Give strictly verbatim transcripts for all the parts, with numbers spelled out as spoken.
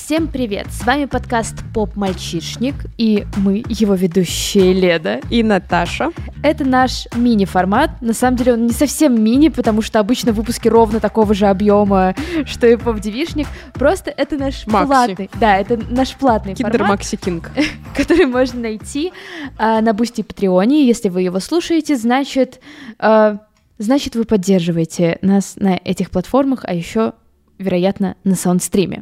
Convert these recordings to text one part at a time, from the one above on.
Всем привет! С вами подкаст «Поп-мальчишник», и мы, его ведущие Леда и Наташа. Это наш мини-формат. На самом деле он не совсем мини, потому что обычно выпуски ровно такого же объема, что и «Поп-девишник». Просто это наш Макси. платный... Да, это наш платный Киндер формат, Макси Кинг, который можно найти а, на Бусти и Патреоне. Если вы его слушаете, значит, а, значит, вы поддерживаете нас на этих платформах, а еще, вероятно, на саундстриме.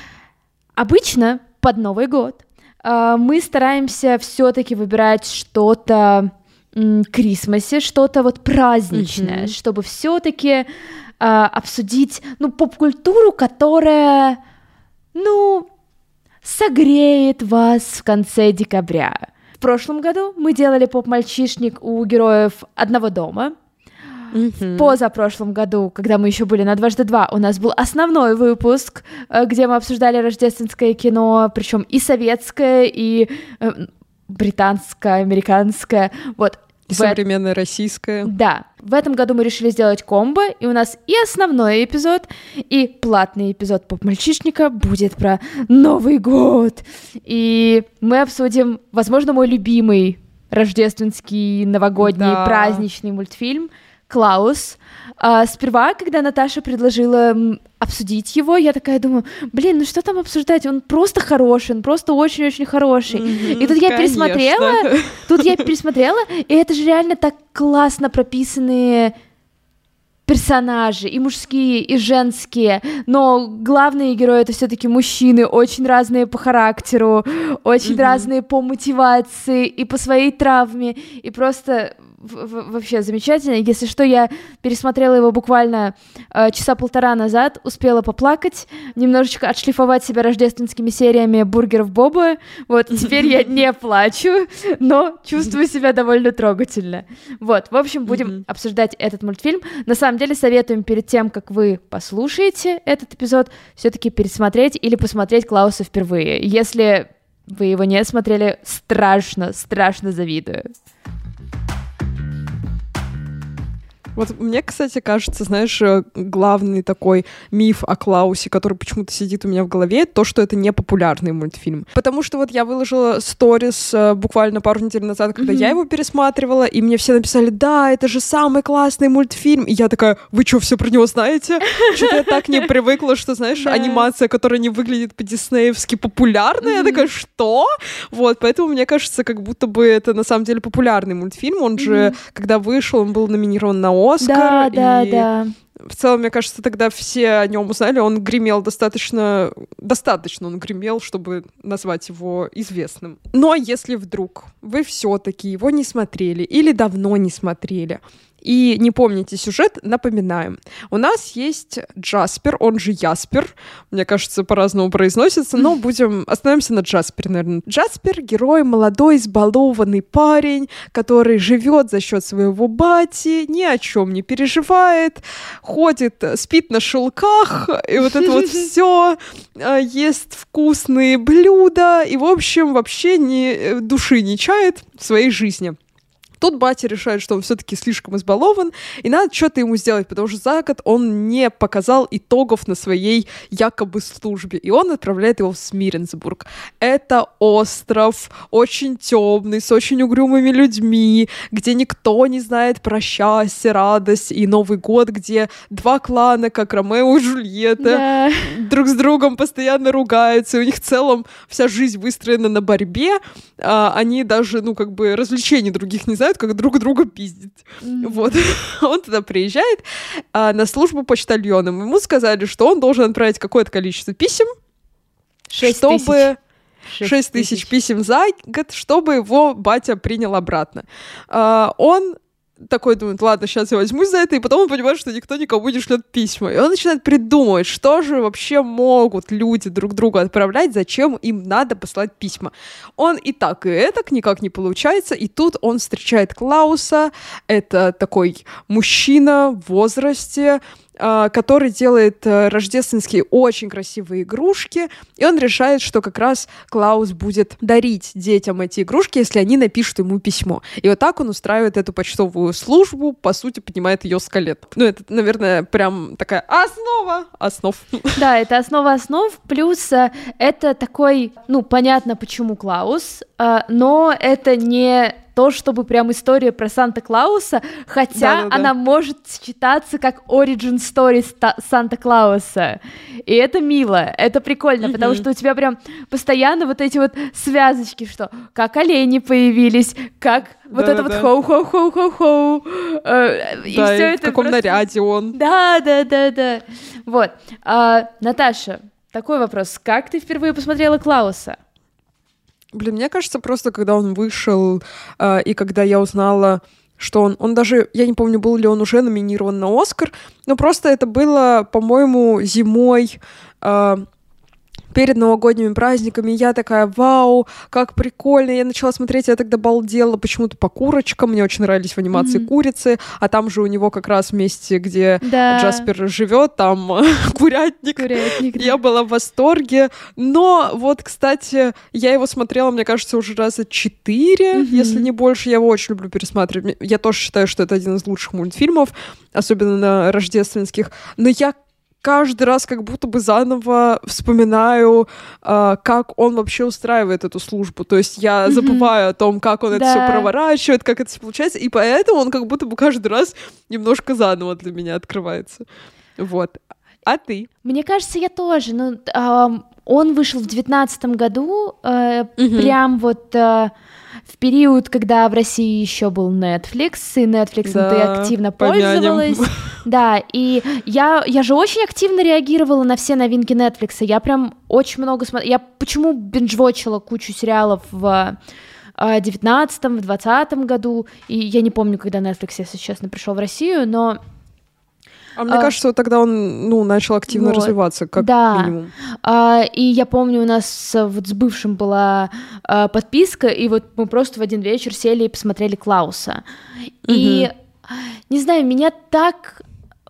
Обычно под Новый год э, мы стараемся все-таки выбирать что-то м, к Крисмасе, что-то вот праздничное, mm-hmm. чтобы все-таки э, обсудить, ну, поп-культуру, которая, ну, согреет вас в конце декабря. В прошлом году мы делали поп-мальчишник у героев «Одного дома». Mm-hmm. В позапрошлом году, когда мы еще были на дважды два, у нас был основной выпуск, где мы обсуждали рождественское кино, причем и советское, и э, британское, американское, вот. И современное российское. Да. В этом году мы решили сделать комбо, и у нас и основной эпизод, и платный эпизод поп-мальчишника будет про Новый год. И мы обсудим, возможно, мой любимый рождественский, новогодний, да. праздничный мультфильм «Клаус». А, сперва, когда Наташа предложила м, обсудить его, я такая думаю, блин, ну что там обсуждать? Он просто хороший, он просто очень-очень хороший. Mm-hmm, и тут я конечно. пересмотрела, тут я пересмотрела, и это же реально так классно прописанные персонажи, и мужские, и женские, но главные герои — это все-таки мужчины, очень разные по характеру, очень mm-hmm. разные по мотивации и по своей травме, и просто в- в- вообще замечательно. Если что, я пересмотрела его буквально э, часа полтора назад, успела поплакать, немножечко отшлифовать себя рождественскими сериями бургеров Боба, вот, теперь я не плачу, но чувствую себя довольно трогательно. Вот, в общем, будем обсуждать этот мультфильм. На самом деле, советуем перед тем, как вы послушаете этот эпизод, все-таки пересмотреть или посмотреть «Клауса» впервые. Если вы его не смотрели, страшно, страшно завидую. Вот мне, кстати, кажется, знаешь, главный такой миф о Клаусе, который почему-то сидит у меня в голове, то, что это не популярный мультфильм. Потому что вот я выложила сторис буквально пару недель назад, когда mm-hmm. я его пересматривала, и мне все написали, да, это же самый классный мультфильм. И я такая, вы что, все про него знаете? Что-то я так не привыкла, что, знаешь, анимация, которая не выглядит по-диснеевски популярная. Я такая, что? Вот, поэтому мне кажется, как будто бы это на самом деле популярный мультфильм. Он же, когда вышел, он был номинирован на Оскар, да, и да, да. в целом, мне кажется, тогда все о нем узнали, он гремел достаточно, достаточно он гремел, чтобы назвать его известным. Но если вдруг вы все-таки его не смотрели или давно не смотрели, и не помните сюжет, напоминаем. У нас есть Джаспер, он же Яспер. Мне кажется, по-разному произносится, но будем остановимся на Джаспере, наверное. Джаспер — герой, молодой, избалованный парень, который живет за счет своего бати, ни о чем не переживает, ходит, спит на шелках, и вот это вот все, ест вкусные блюда, и, в общем, вообще ни души не чает в своей жизни. Тут батя решает, что он все-таки слишком избалован, и надо что-то ему сделать, потому что за год он не показал итогов на своей якобы службе, и он отправляет его в Смиренсбург. Это остров, очень темный, с очень угрюмыми людьми, где никто не знает про счастье, радость и Новый год, где два клана, как Ромео и Джульетта, да. друг с другом постоянно ругаются, и у них в целом вся жизнь выстроена на борьбе, а, они даже, ну, как бы развлечений других не знают, как друг друга пиздить. Mm-hmm. Вот. Он туда приезжает а, на службу почтальоном. Ему сказали, что он должен отправить какое-то количество писем, чтобы... шесть тысяч писем за год, чтобы его батя принял обратно. А, он такой думает, ладно, сейчас я возьмусь за это, и потом он понимает, что никто никому не шлет письма. И он начинает придумывать, что же вообще могут люди друг другу отправлять, зачем им надо посылать письма. Он и так, и этак никак не получается, и тут он встречает Клауса, это такой мужчина в возрасте, который делает рождественские очень красивые игрушки, и он решает, что как раз Клаус будет дарить детям эти игрушки, если они напишут ему письмо. И вот так он устраивает эту почтовую службу, по сути, поднимает ее с колен. Ну, это, наверное, прям такая основа основ. Да, это основа основ, плюс это такой, ну, понятно, почему Клаус, но это не то, чтобы прям история про Санта-Клауса, хотя Да-да-да. Она может считаться как origin story Санта-Клауса. И это мило, это прикольно, mm-hmm. потому что у тебя прям постоянно вот эти вот связочки, что как олени появились, как вот это вот хоу-хоу-хоу-хоу-хоу. И да, все и это в каком просто... наряде он. Да-да-да-да. Вот. А, Наташа, такой вопрос. Как ты впервые посмотрела Клауса? Блин, мне кажется, просто когда он вышел, э, и когда я узнала, что он... Он даже... Я не помню, был ли он уже номинирован на Оскар, но просто это было, по-моему, зимой... Э, перед новогодними праздниками, я такая, вау, как прикольно, я начала смотреть, я тогда балдела почему-то по курочкам, мне очень нравились в анимации mm-hmm. курицы, а там же у него как раз в месте, где да. Джаспер живет, там курятник, курятник да. Я была в восторге, но вот, кстати, я его смотрела, мне кажется, уже раза четыре, mm-hmm. если не больше, я его очень люблю пересматривать, я тоже считаю, что это один из лучших мультфильмов, особенно на рождественских, но я каждый раз как будто бы заново вспоминаю, э, как он вообще устраивает эту службу. То есть я mm-hmm. забываю о том, как он да. это все проворачивает, как это все получается, и поэтому он как будто бы каждый раз немножко заново для меня открывается. Вот. А ты? Мне кажется, я тоже. Ну, э, он вышел в девятнадцатом году, э, mm-hmm. прям вот... Э, в период, когда в России еще был Netflix, и Netflix да, ты активно пользовалась. Помянем. Да, и я, я же очень активно реагировала на все новинки Netflix. Я прям очень много смотрела. Я почему бинж-вотчила кучу сериалов в девятнадцатом, в двадцатом году, и я не помню, когда Netflix, если честно, пришел в Россию, но... А мне а, кажется, вот тогда он, ну, начал активно вот, развиваться, как да. минимум. А, и я помню, у нас вот с бывшим была а, подписка, и вот мы просто в один вечер сели и посмотрели Клауса. Угу. И, не знаю, меня так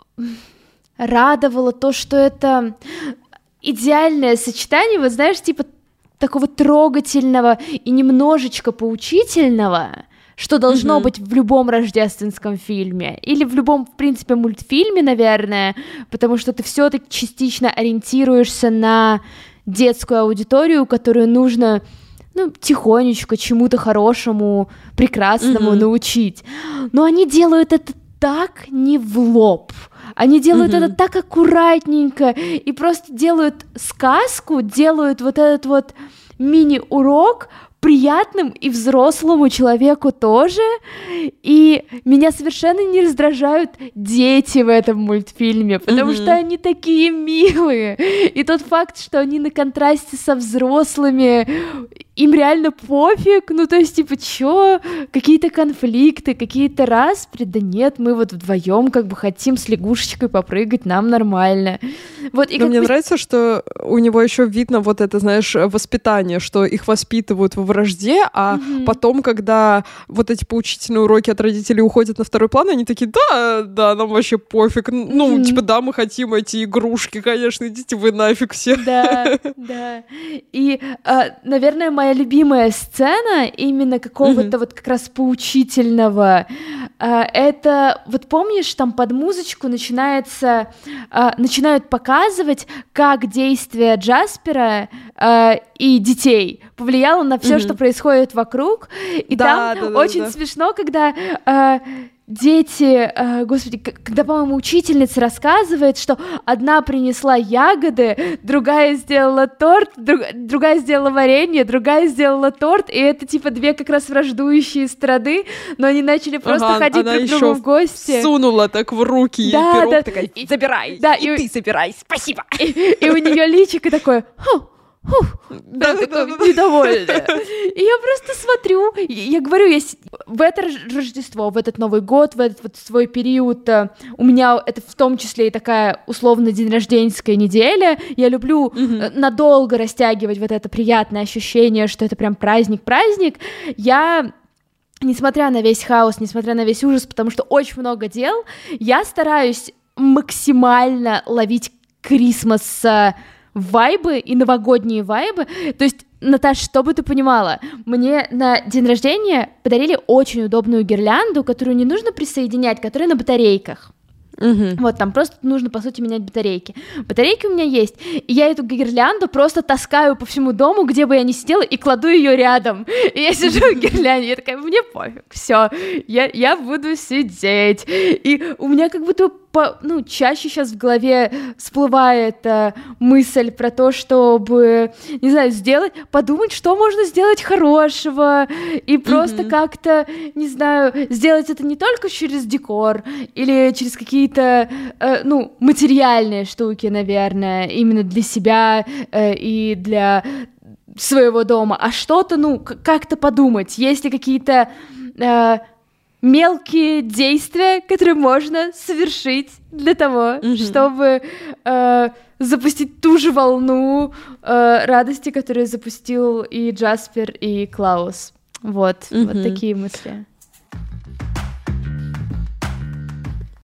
радовало то, что это идеальное сочетание, вот знаешь, типа такого трогательного и немножечко поучительного, что должно mm-hmm. быть в любом рождественском фильме или в любом, в принципе, мультфильме, наверное, потому что ты все-таки частично ориентируешься на детскую аудиторию, которую нужно, ну, тихонечко чему-то хорошему, прекрасному mm-hmm. научить. Но они делают это так не в лоб. Они делают mm-hmm. это так аккуратненько и просто делают сказку, делают вот этот вот мини-урок приятным и взрослому человеку тоже, и меня совершенно не раздражают дети в этом мультфильме, потому mm-hmm. что они такие милые, и тот факт, что они на контрасте со взрослыми, им реально пофиг, ну то есть типа чё, какие-то конфликты, какие-то распри, да нет, мы вот вдвоем как бы хотим с лягушечкой попрыгать, нам нормально. Вот, и Но мне бы... нравится, что у него еще видно вот это, знаешь, воспитание, что их воспитывают во вражде, а mm-hmm. потом, когда вот эти поучительные уроки от родителей уходят на второй план, они такие, да, да, нам вообще пофиг, ну, mm-hmm. типа, да, мы хотим эти игрушки, конечно, идите вы нафиг все. Да, да. И, наверное, моя любимая сцена именно какого-то mm-hmm. вот как раз поучительного, это, вот помнишь, там под музычку начинается, начинают показывать, как действие Джаспера и детей повлияло на все, mm-hmm. что происходит вокруг, и да, там да, да, очень да. смешно, когда э, дети, э, господи, к- когда, по-моему, учительница рассказывает, что одна принесла ягоды, другая сделала торт, друг- другая сделала варенье, другая сделала торт, и это типа две как раз враждующие страны, но они начали просто ага, ходить друг к другу в гости. Сунула так в руки ей да, пирог, да, такая, забирай, да, и, и ты забирай, спасибо. И, и у нее личико такое, ху, Фух, да, прям такое недовольное. И я просто смотрю, я говорю, если в это Рождество, в этот Новый год, в этот вот свой период, у меня это в том числе и такая условно день рожденская неделя, я люблю mm-hmm. надолго растягивать вот это приятное ощущение, что это прям праздник-праздник, я... Несмотря на весь хаос, несмотря на весь ужас, потому что очень много дел, я стараюсь максимально ловить Крисмас вайбы и новогодние вайбы. То есть, Наташ, чтобы ты понимала, мне на день рождения подарили очень удобную гирлянду, которую не нужно присоединять, которая на батарейках. Угу. Вот, там просто нужно, по сути, менять батарейки. Батарейки у меня есть, и я эту гирлянду просто таскаю по всему дому, где бы я ни сидела, и кладу ее рядом. И я сижу в гирлянде, я такая, мне пофиг, все, я, я буду сидеть. И у меня как будто, по, ну, чаще сейчас в голове всплывает э, мысль про то, чтобы, не знаю, сделать, подумать, что можно сделать хорошего, и просто mm-hmm. как-то, не знаю, сделать это не только через декор, или через какие-то какие-то, э, ну, материальные штуки, наверное, именно для себя э, и для своего дома, а что-то, ну, как-то подумать, есть ли какие-то э, мелкие действия, которые можно совершить для того, mm-hmm. чтобы э, запустить ту же волну э, радости, которую запустил и Джаспер, и Клаус. Вот, mm-hmm. вот такие мысли.